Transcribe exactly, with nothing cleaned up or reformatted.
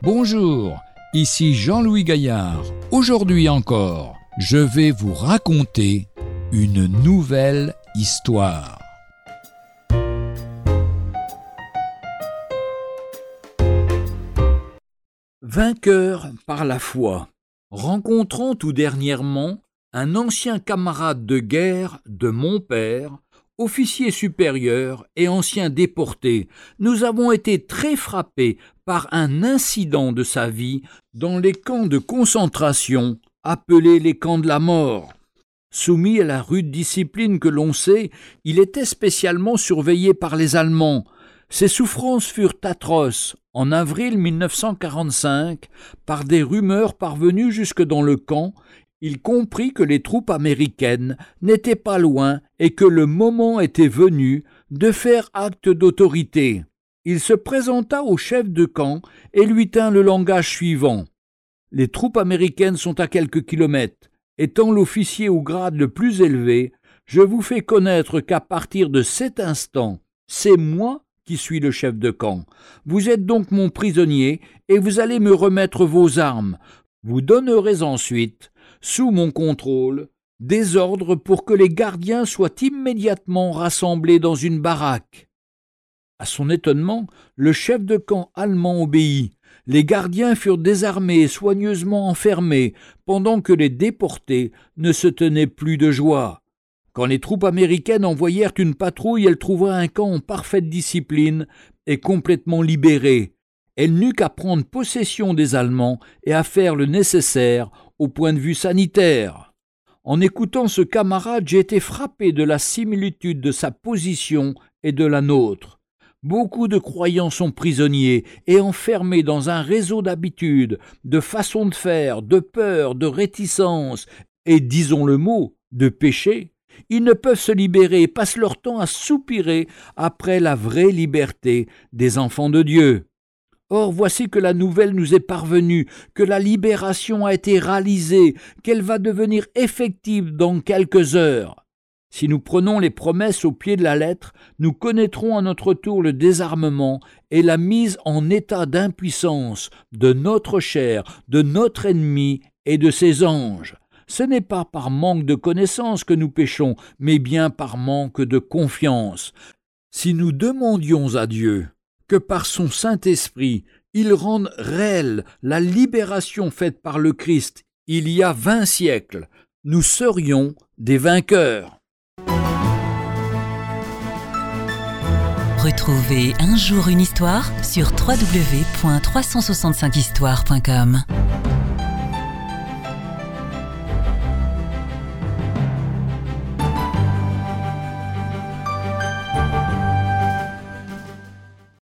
Bonjour, ici Jean-Louis Gaillard. Aujourd'hui encore, je vais vous raconter une nouvelle histoire. Vainqueur par la foi. Rencontrant tout dernièrement un ancien camarade de guerre de mon père, officier supérieur et ancien déporté, nous avons été très frappés par un incident de sa vie dans les camps de concentration appelés les camps de la mort. Soumis à la rude discipline que l'on sait, il était spécialement surveillé par les Allemands. Ses souffrances furent atroces. En avril mille neuf cent quarante-cinq, par des rumeurs parvenues jusque dans le camp, il comprit que les troupes américaines n'étaient pas loin et que le moment était venu de faire acte d'autorité. Il se présenta au chef de camp et lui tint le langage suivant. « Les troupes américaines sont à quelques kilomètres. Étant l'officier au grade le plus élevé, je vous fais connaître qu'à partir de cet instant, c'est moi qui suis le chef de camp. Vous êtes donc mon prisonnier et vous allez me remettre vos armes. Vous donnerez ensuite, sous mon contrôle, des ordres pour que les gardiens soient immédiatement rassemblés dans une baraque. » À son étonnement, le chef de camp allemand obéit. Les gardiens furent désarmés et soigneusement enfermés, pendant que les déportés ne se tenaient plus de joie. Quand les troupes américaines envoyèrent une patrouille, elle trouva un camp en parfaite discipline et complètement libéré. Elle n'eut qu'à prendre possession des Allemands et à faire le nécessaire au point de vue sanitaire. En écoutant ce camarade, j'ai été frappé de la similitude de sa position et de la nôtre. Beaucoup de croyants sont prisonniers et enfermés dans un réseau d'habitudes, de façons de faire, de peur, de réticence et, disons le mot, de péché. Ils ne peuvent se libérer et passent leur temps à soupirer après la vraie liberté des enfants de Dieu. Or, voici que la nouvelle nous est parvenue, que la libération a été réalisée, qu'elle va devenir effective dans quelques heures. Si nous prenons les promesses au pied de la lettre, nous connaîtrons à notre tour le désarmement et la mise en état d'impuissance de notre chair, de notre ennemi et de ses anges. Ce n'est pas par manque de connaissance que nous péchons, mais bien par manque de confiance. Si nous demandions à Dieu que par son Saint-Esprit, il rende réelle la libération faite par le Christ il y a vingt siècles, nous serions des vainqueurs. Retrouvez Un jour une histoire sur w w w point trois cent soixante-cinq histoire point com.